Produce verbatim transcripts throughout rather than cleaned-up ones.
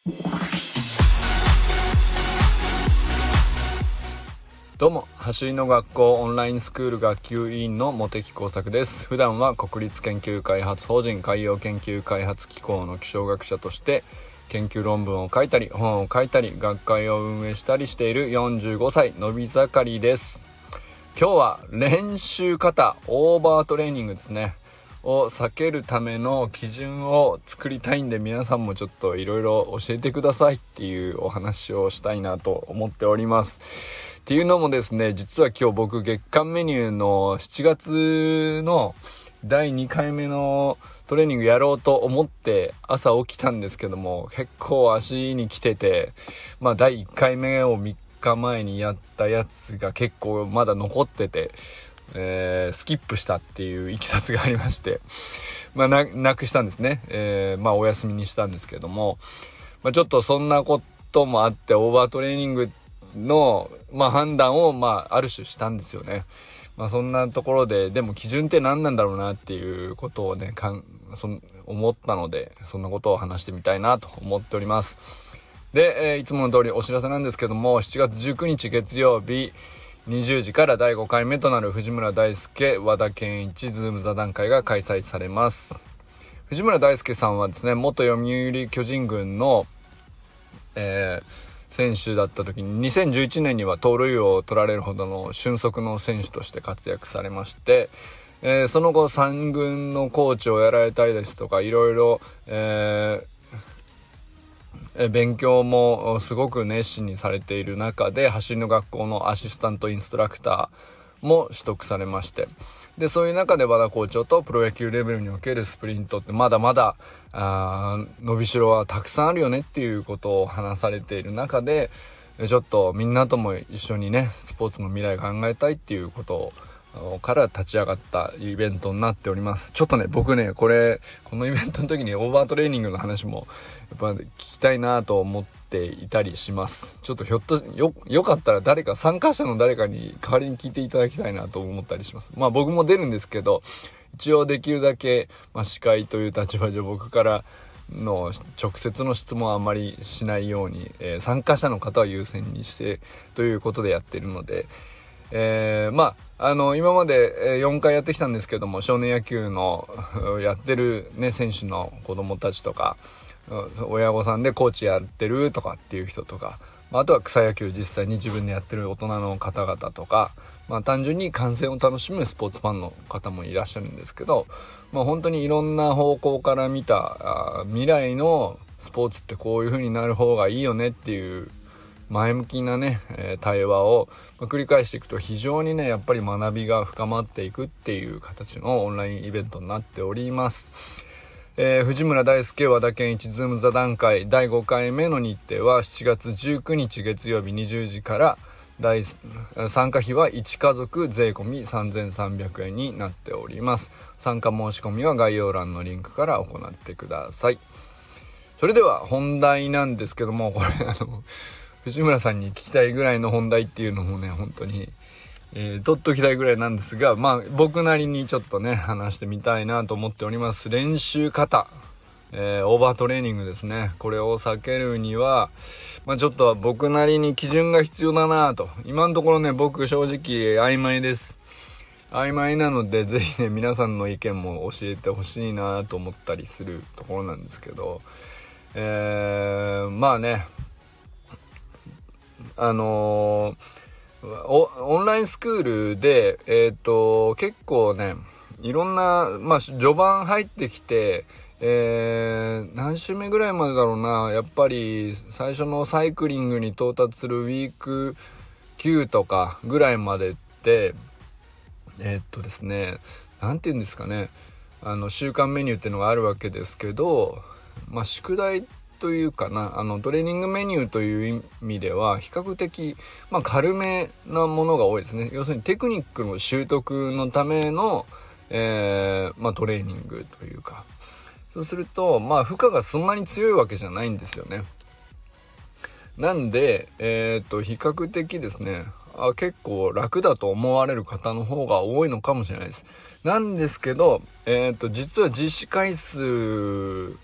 どうも、走りの学校オンラインスクール学級委員の茂木耕作です。普段は国立研究開発法人海洋研究開発機構の気象学者として研究論文を書いたり本を書いたり学会を運営したりしているよんじゅうごさいのび盛りです。今日は練習型オーバートレーニングですねを避けるための基準を作りたいんで、皆さんもちょっといろいろ教えてくださいっていうお話をしたいなと思っております。っていうのもですね、実は今日僕月間メニューのしちがつのだいにかいめのトレーニングやろうと思って朝起きたんですけども、結構足に来てて、まあだいいっかいめをみっかまえにやったやつが結構まだ残ってて、えー、スキップしたっていういきさつがありまして、まあ な, なくしたんですね。えー、まあお休みにしたんですけども、まあ、ちょっとそんなこともあってオーバートレーニングの、まあ、判断を、まあ、ある種したんですよね。まあ、そんなところで、でも基準って何なんだろうなっていうことをね、かんそ思ったので、そんなことを話してみたいなと思っております。で、えー、いつもの通りお知らせなんですけども、しちがつじゅうくにち月曜日にじゅうじからだいごかいめとなる藤村大輔和田健一ズーム座談会が開催されます。藤村大輔さんはですね、元読売巨人軍の、えー選手だった時ににせんじゅういちねんには盗塁王を取られるほどの俊足の選手として活躍されまして、えー、その後さん軍のコーチをやられたりですとか、いろいろ、えー、勉強もすごく熱心にされている中で、走りの学校のアシスタントインストラクターも取得されまして、でそういう中で和田校長とプロ野球レベルにおけるスプリントってまだまだあ伸びしろはたくさんあるよねっていうことを話されている中で、ちょっとみんなとも一緒にねスポーツの未来を考えたいっていうことをから立ち上がったイベントになっております。ちょっとね僕ねこれこのイベントの時にオーバートレーニングの話もやっぱ聞きたいなと思っていたりします。ちょっとひょっとよよかったら誰か参加者の誰かに代わりに聞いていただきたいなと思ったりします。まあ僕も出るんですけど、一応できるだけ、まあ、司会という立場上僕からの直接の質問はあまりしないように、えー、参加者の方を優先にしてということでやっているので、えー、まああの今までよんかいやってきたんですけども、少年野球のやってる、ね、選手の子供たちとか親御さんでコーチやってるとかっていう人とか、あとは草野球実際に自分でやってる大人の方々とか、まあ、単純に観戦を楽しむスポーツファンの方もいらっしゃるんですけど、まあ、本当にいろんな方向から見た未来のスポーツってこういう風になる方がいいよねっていう前向きなね、えー、対話を繰り返していくと、非常にねやっぱり学びが深まっていくっていう形のオンラインイベントになっております。えー、藤村大輔和田健一ズーム座談会だいごかいめの日程はしちがつじゅうくにち月曜日にじゅうじから、大参加費はいちかぞく税込みさんぜんさんびゃくえんになっております。参加申し込みは概要欄のリンクから行ってください。それでは本題なんですけども、これあの藤村さんに聞きたいぐらいの本題っていうのもね本当にえー、取っておきたいぐらいなんですが、まあ僕なりにちょっとね話してみたいなと思っております。練習型、えー、オーバートレーニングですね。これを避けるには、まあ、ちょっと僕なりに基準が必要だなと。今のところね僕正直曖昧です曖昧なので、ぜひね皆さんの意見も教えてほしいなと思ったりするところなんですけど、えー、まあねあのーオンラインスクールで、えーと、結構ねいろんな、まあ、序盤入ってきて、えー、何週目ぐらいまでだろうな、やっぱり最初のサイクリングに到達するウィークきゅうとかぐらいまでってえー、っとですねなんて言うんですかね、あの週間メニューっていうのがあるわけですけど、まあ、宿題というかな、あのトレーニングメニューという意味では比較的、まあ、軽めなものが多いですね。要するにテクニックの習得のための、えーまあ、トレーニングというか、そうするとまあ負荷がそんなに強いわけじゃないんですよね。なんで、えー、と比較的ですねあ結構楽だと思われる方の方が多いのかもしれないです。なんですけど、えー、と実は実施回数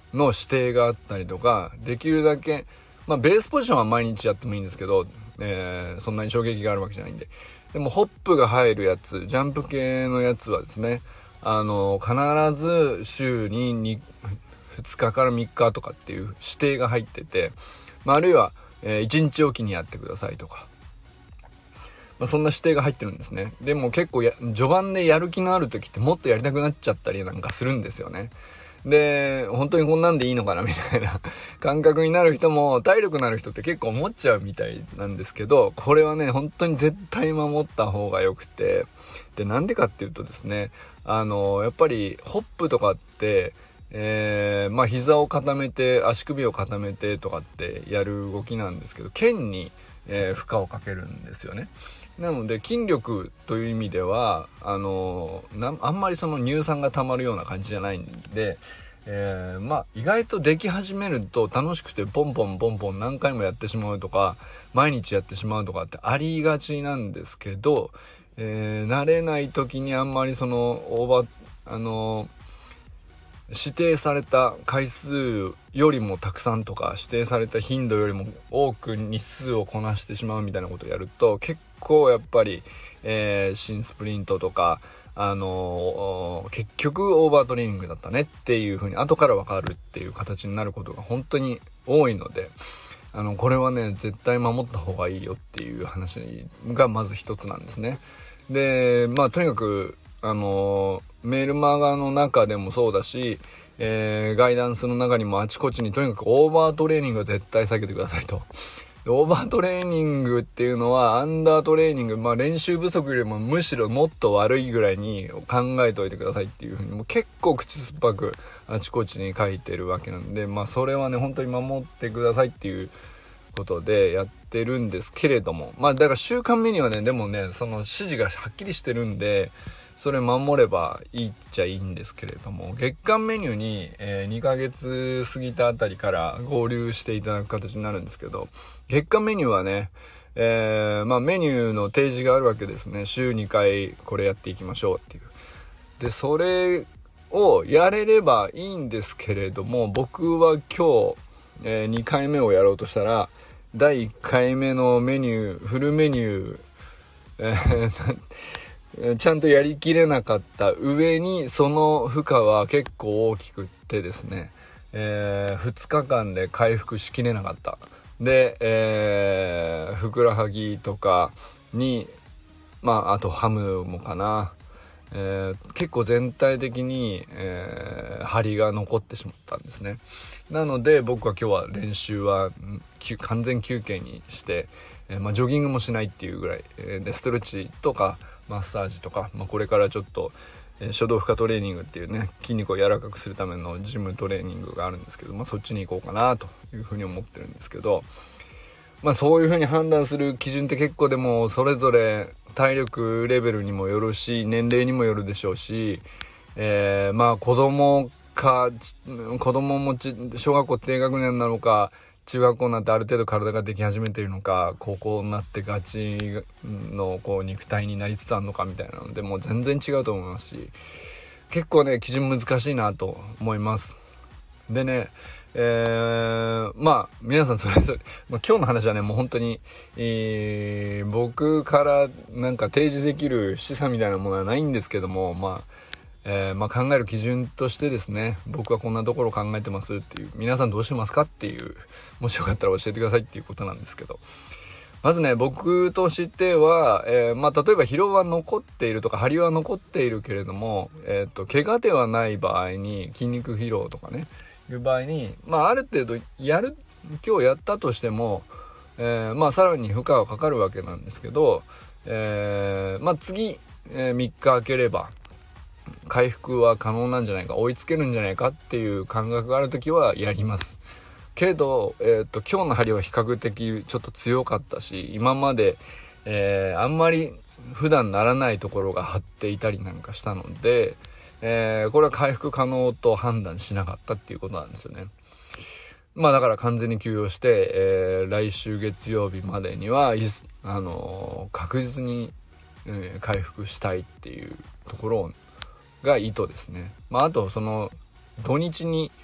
の指定があったりとか、できるだけまあベースポジションは毎日やってもいいんですけど、えー、そんなに衝撃があるわけじゃないんで、でもホップが入るやつ、ジャンプ系のやつはですね、あの必ず週に 2, ふつかからみっかとかっていう指定が入ってて、まあ、あるいは、えー、いちにちおきにやってくださいとか、まあ、そんな指定が入ってるんですね。でも結構や序盤でやる気のある時ってもっとやりたくなっちゃったりなんかするんですよね。で本当にこんなんでいいのかなみたいな感覚になる人も、体力のある人って結構思っちゃうみたいなんですけど、これはね本当に絶対守った方がよくて、でなんでかっていうとですね、あのやっぱりホップとかってえー、まあ膝を固めて足首を固めてとかってやる動きなんですけど、腱に、えー、負荷をかけるんですよね。なので筋力という意味ではあのなあんまりその乳酸が溜まるような感じじゃないんで、えー、まあ意外とでき始めると楽しくてポンポンポンポン何回もやってしまうとか、毎日やってしまうとかってありがちなんですけど、えー、慣れない時にあんまりそのオーバーあの指定された回数よりもたくさんとか、指定された頻度よりも多く日数をこなしてしまうみたいなことをやると、結構やっぱり、えー、新スプリントとか、あのー、結局オーバートレーニングだったねっていう風に後から分かるっていう形になることが本当に多いので、あのこれはね絶対守った方がいいよっていう話がまず一つなんですね。でまあとにかくあのメールマガの中でもそうだし、えー、ガイダンスの中にもあちこちにとにかくオーバートレーニングは絶対避けてくださいと。オーバートレーニングっていうのはアンダートレーニング、まあ練習不足よりもむしろもっと悪いぐらいに考えておいてくださいっていうふうにもう結構口酸っぱくあちこちに書いてるわけなんで、まあそれはね本当に守ってくださいっていうことでやってるんですけれども、まあだから週間メニューはねでもねその指示がはっきりしてるんでそれ守ればいいっちゃいいんですけれども、月間メニューに、えー、にかげつ過ぎたあたりから合流していただく形になるんですけど、月間メニューはね、えー、まあメニューの提示があるわけですね。週にかいこれやっていきましょうっていう。でそれをやれればいいんですけれども、僕は今日、えー、にかいめをやろうとしたらだいいっかいめのメニューフルメニュー、えーちゃんとやりきれなかった上にその負荷は結構大きくってですね、えー、ふつかかんで回復しきれなかった。で、えー、ふくらはぎとかにまああとハムもかな、えー、結構全体的に、えー、張りが残ってしまったんですね。なので僕は今日は練習は完全休憩にして、えーまあ、ジョギングもしないっていうぐらい、えー、でストレッチとかマッサージとか、まあ、これからちょっと、えー、初動負荷トレーニングっていうね筋肉を柔らかくするためのジムトレーニングがあるんですけど、まあ、そっちに行こうかなというふうに思ってるんですけど、まあそういうふうに判断する基準って結構でもそれぞれ体力レベルにもよるし年齢にもよるでしょうし、えー、まあ子供か子供もち小学校低学年なのか中学校になってある程度体ができ始めているのか高校になってガチのこう肉体になりつつあるのかみたいなのでもう全然違うと思いますし、結構ね基準難しいなと思います。でねえー、まあ皆さんそれぞれ、まあ、今日の話はねもう本当に、えー、僕からなんか提示できる示唆みたいなものはないんですけども、まあえーまあ、考える基準としてですね、僕はこんなところを考えてますっていう、皆さんどうしますかっていう、もしよかったら教えてくださいっていうことなんですけど、まずね僕としては、えーまあ、例えば疲労は残っているとか張りは残っているけれども、えーと、怪我ではない場合に筋肉疲労とかねいう場合に、まあ、ある程度やる今日やったとしても、えーまあ、さらに負荷はかかるわけなんですけど、えーまあ、次、えー、みっか空ければ回復は可能なんじゃないか、追いつけるんじゃないかっていう感覚があるときはやりますけど、えー、と今日の張りは比較的ちょっと強かったし、今まで、えー、あんまり普段ならないところが張っていたりなんかしたので、えー、これは回復可能と判断しなかったっていうことなんですよね。まあだから完全に休養して、えー、来週月曜日までには、あのー、確実に、えー、回復したいっていうところが意図ですね。まああとその土日に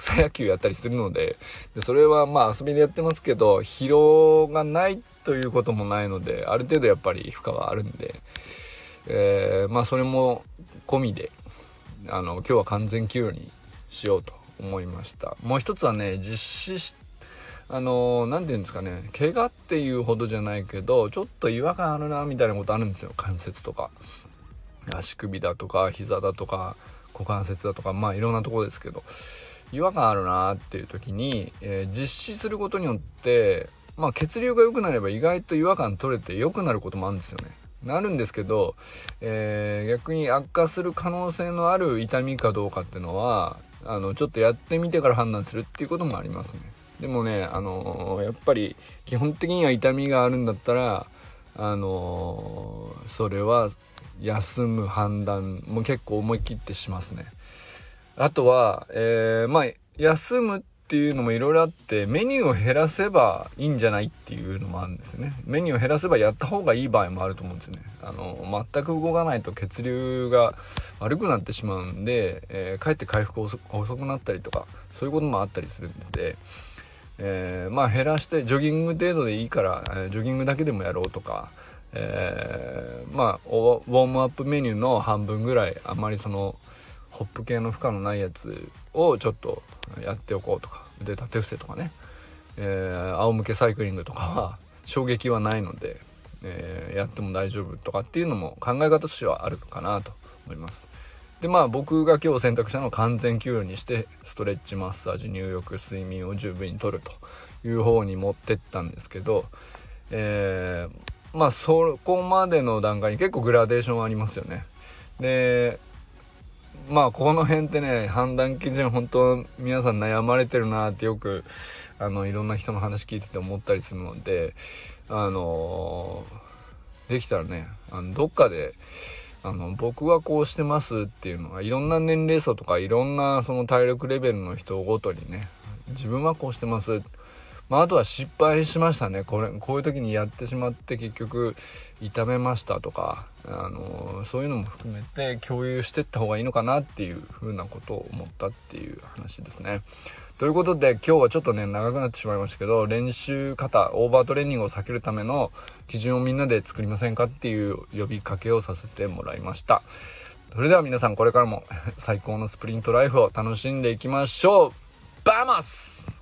草野球やったりするので、でそれはまあ遊びでやってますけど、疲労がないということもないので、ある程度やっぱり負荷はあるんで、えー、まあそれも込みであの今日は完全休養にしようと思いました。もう一つはね、実施しあのなんていうんですかね、怪我っていうほどじゃないけどちょっと違和感あるなみたいなことあるんですよ。関節とか足首だとか膝だとか股関節だとか、まあいろんなところですけど違和感あるなっていう時に、えー、実施することによって、まあ、血流が良くなれば意外と違和感取れて良くなることもあるんですよね。なるんですけど、えー、逆に悪化する可能性のある痛みかどうかっていうのはあのちょっとやってみてから判断するっていうこともありますね。でもね、あのー、やっぱり基本的には痛みがあるんだったら、あのー、それは休む判断も結構思い切ってしますね。あとは、えー、まあ休むっていうのもいろいろあって、メニューを減らせばいいんじゃないっていうのもあるんですよね。メニューを減らせばやった方がいい場合もあると思うんですよね。あの全く動かないと血流が悪くなってしまうんで、えー、かえって回復遅くなったりとかそういうこともあったりするんで、えー、まあ減らしてジョギング程度でいいから、えー、ジョギングだけでもやろうとか、えー、まあウォームアップメニューの半分ぐらいあんまりそのホップ系の負荷のないやつをちょっとやっておこうとか、腕立て伏せとかね、えー、仰向けサイクリングとかは衝撃はないので、えー、やっても大丈夫とかっていうのも考え方としてはあるかなと思います。でまあ僕が今日選択したのは完全休養にしてストレッチ、マッサージ、入浴、睡眠を十分にとるという方に持ってったんですけど、えー、まあそこまでの段階に結構グラデーションありますよね。でまあこの辺ってね、判断基準本当皆さん悩まれてるなってよくあのいろんな人の話聞いてて思ったりするので、あのー、できたらね、あのどっかであの僕はこうしてますっていうのがいろんな年齢層とかいろんなその体力レベルの人ごとにね、自分はこうしてます、まあ、あとは失敗しましたね、これこういう時にやってしまって結局痛めましたとか、あのそういうのも含めて共有していった方がいいのかなっていうふうなことを思ったっていう話ですね。ということで今日はちょっとね長くなってしまいましたけど、練習方オーバートレーニングを避けるための基準をみんなで作りませんかっていう呼びかけをさせてもらいました。それでは皆さんこれからも最高のスプリントライフを楽しんでいきましょう。バーマス。